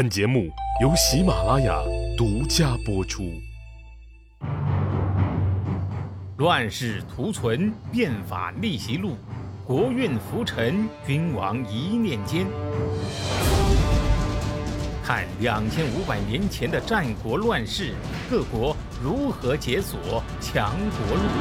本节目由喜马拉雅独家播出。 乱世图存，变法逆袭录，国运浮沉，君王一念间。看2500年前的战国乱世，各国如何解锁强国路。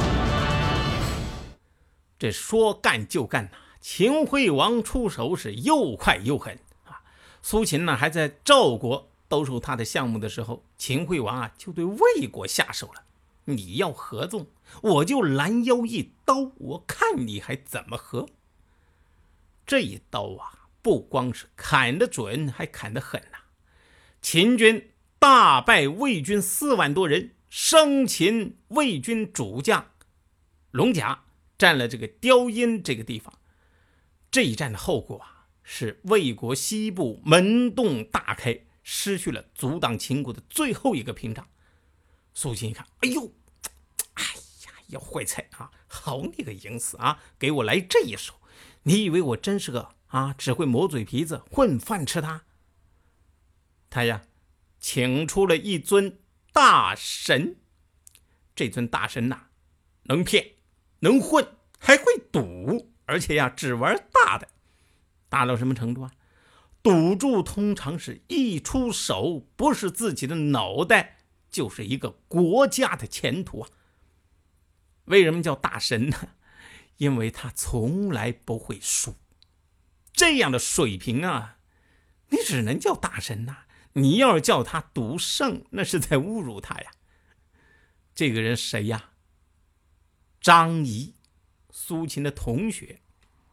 这说干就干呐，秦惠王出手是又快又狠啊！苏秦呢还在赵国兜售他的项目的时候，秦惠王就对魏国下手了。你要合纵，我就拦腰一刀，我看你还怎么合。这一刀不光是砍得准，还砍得狠呐！秦军大败魏军4万多人，生擒魏军主将龙甲，占了这个雕阴这个地方。这一战的后果是魏国西部门洞大开，失去了阻挡秦国的最后一个屏障。苏秦一看，哎呀，要坏菜啊！好你个营死啊！给我来这一手！你以为我真是个只会磨嘴皮子混饭吃他？他请出了一尊大神。这尊大神能骗能混还会赌，而且只玩大的。大到什么程度赌注通常是一出手，不是自己的脑袋，就是一个国家的前途为什么叫大神呢？因为他从来不会输。这样的水平你只能叫大神你要是叫他赌圣，那是在侮辱他呀。这个人谁张仪，苏秦的同学。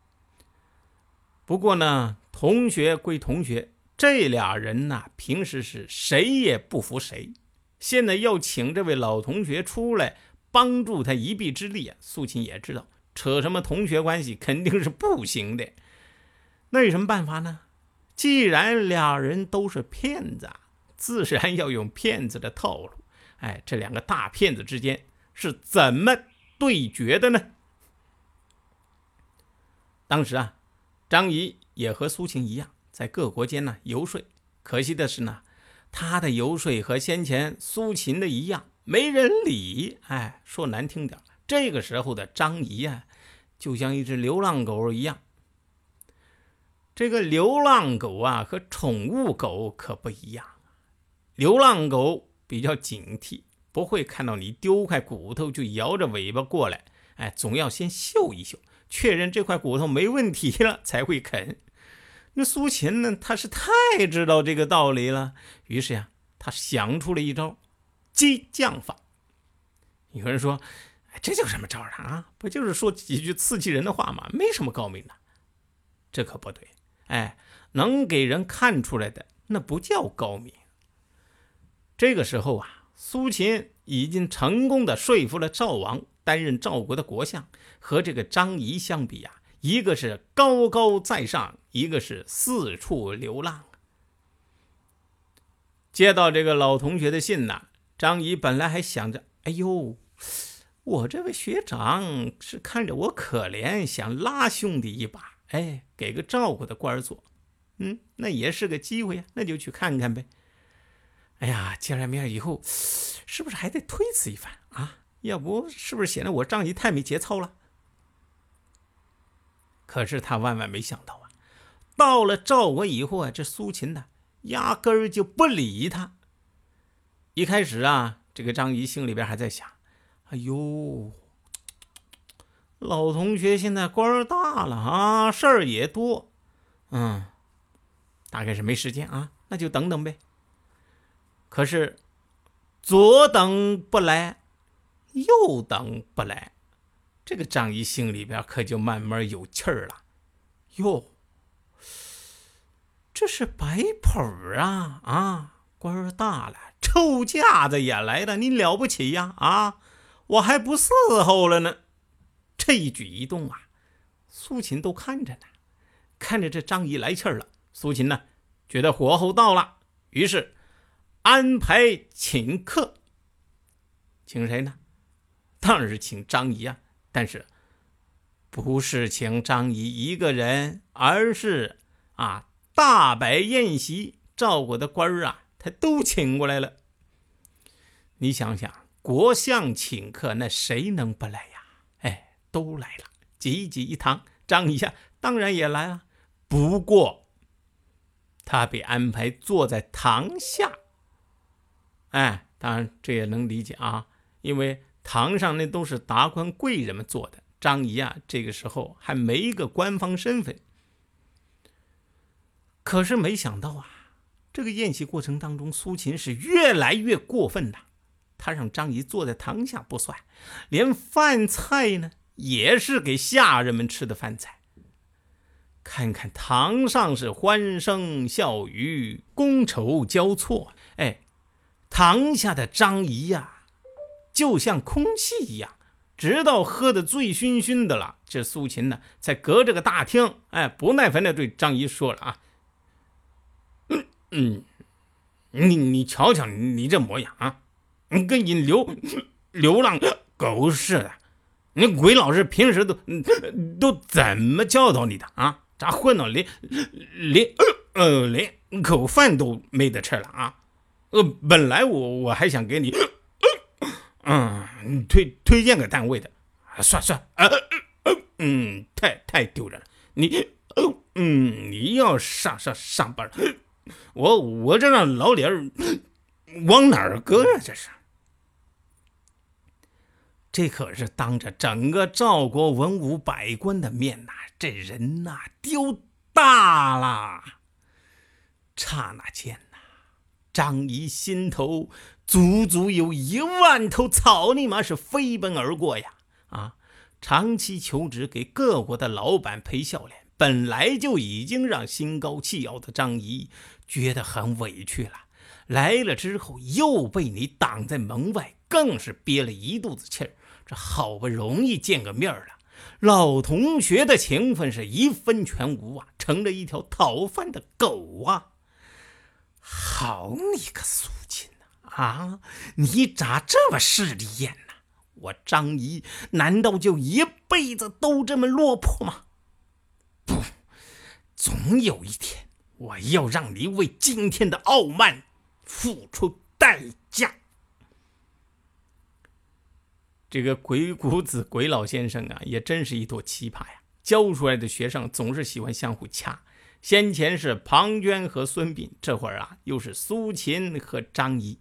不过呢，同学归同学，这俩人平时是谁也不服谁。现在要请这位老同学出来帮助他一臂之力苏秦也知道扯什么同学关系肯定是不行的。那有什么办法呢？既然俩人都是骗子自然要用骗子的套路。这两个大骗子之间是怎么对决的呢？当时张仪也和苏秦一样，在各国间游说。可惜的是他的游说和先前苏秦的一样，没人理。说难听点，这个时候的张仪就像一只流浪狗一样。这个流浪狗和宠物狗可不一样。流浪狗比较警惕，不会看到你丢块骨头就摇着尾巴过来，总要先嗅一嗅，确认这块骨头没问题了才会啃。那苏秦呢，他是太知道这个道理了，于是他想出了一招激将法。有人说，这叫什么招不就是说几句刺激人的话吗？没什么高明的。这可不对，能给人看出来的那不叫高明。这个时候苏秦已经成功的说服了赵王担任赵国的国相。和这个张仪相比一个是高高在上，一个是四处流浪。接到这个老同学的信张仪本来还想着，我这位学长是看着我可怜，想拉兄弟一把，给个赵国的官做，那也是个机会那就去看看呗。见了面以后，是不是还得推辞一番要不是不是显得我张仪太没节操了？可是他万万没想到到了赵国以后这苏秦压根儿就不理他。一开始这个张仪心里边还在想，老同学现在官大了事儿也多，大概是没时间那就等等呗。可是左等不来，右等不来，这个张仪心里边可就慢慢有气儿了。这是摆谱官大了，臭架子也来了，你了不起我还不伺候了呢。这一举一动苏秦都看着呢。看着这张仪来气儿了，苏秦觉得火候到了，于是安排请客。请谁呢？当然是请张仪但是不是请张仪一个人，而是大摆宴席， 赵国的官啊，他都请过来了。你想想，国相请客，那谁能不来呀？都来了，济济一堂。张仪当然也来了，不过他被安排坐在堂下。当然这也能理解啊，因为堂上那都是达官贵人们坐的，张仪这个时候还没一个官方身份。可是没想到这个宴席过程当中，苏秦是越来越过分了。他让张仪坐在堂下不算，连饭菜呢也是给下人们吃的饭菜。看看堂上是欢声笑语，觥筹交错，堂下的张仪就像空气一样，直到喝得醉醺醺的了，这苏秦呢才隔着个大厅，不耐烦地对张仪说了你瞧瞧你这模样你跟引流浪狗似的，你鬼老师平时都怎么教导你的咋混到连口饭都没得吃了本来我还想给你推荐个单位的，算太丢人了。你要上班，我这让老脸往哪儿搁呀？这可是当着整个赵国文武百官的面这人丢大了。刹那间张仪心头足足有10000头草泥马是飞奔而过呀！长期求职给各国的老板陪笑脸，本来就已经让心高气傲的张仪觉得很委屈了，来了之后又被你挡在门外，更是憋了一肚子气儿。这好不容易见个面了，老同学的情分是一分全无成了一条讨饭的狗好你个苏秦你咋这么势利眼呢？我张仪难道就一辈子都这么落魄吗？不，总有一天我要让你为今天的傲慢付出代价。这个鬼谷子鬼老先生也真是一朵奇葩呀！教出来的学生总是喜欢相互掐，先前是庞涓和孙膑，这会儿又是苏秦和张仪。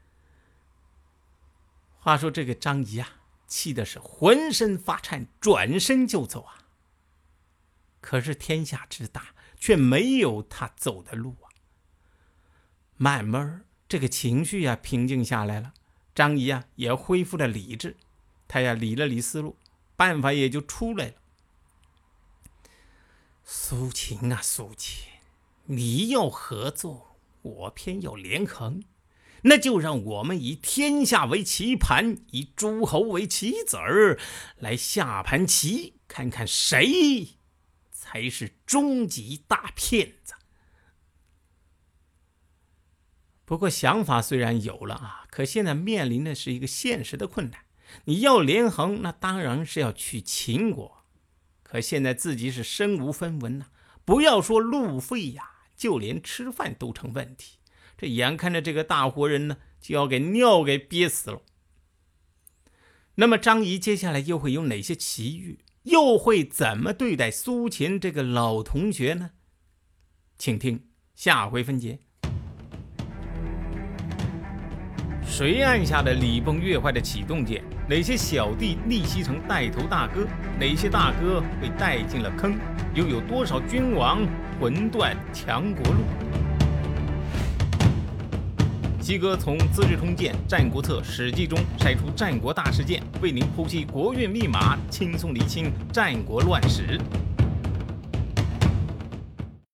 话说这个张仪气的是浑身发颤，转身就走可是天下之大，却没有他走的路慢慢这个情绪平静下来了，张仪也恢复了理智，他理了理思路，办法也就出来了。苏秦苏秦，你要合作，我偏要连横，那就让我们以天下为棋盘，以诸侯为棋子儿，来下盘棋，看看谁才是终极大骗子。不过想法虽然有了可现在面临的是一个现实的困难。你要连横，那当然是要去秦国，可现在自己是身无分文不要说路费就连吃饭都成问题。这眼看着这个大活人就要给尿给憋死了。那么张仪接下来又会有哪些奇遇，又会怎么对待苏秦这个老同学呢？请听下回分解。谁按下了礼崩乐坏的启动键？哪些小弟逆袭成带头大哥？哪些大哥被带进了坑？又有多少君王魂断强国路？西哥从《资治通鉴》《战国策》《史记》中筛出战国大事件，为您剖析国运密码，轻松厘清战国乱史。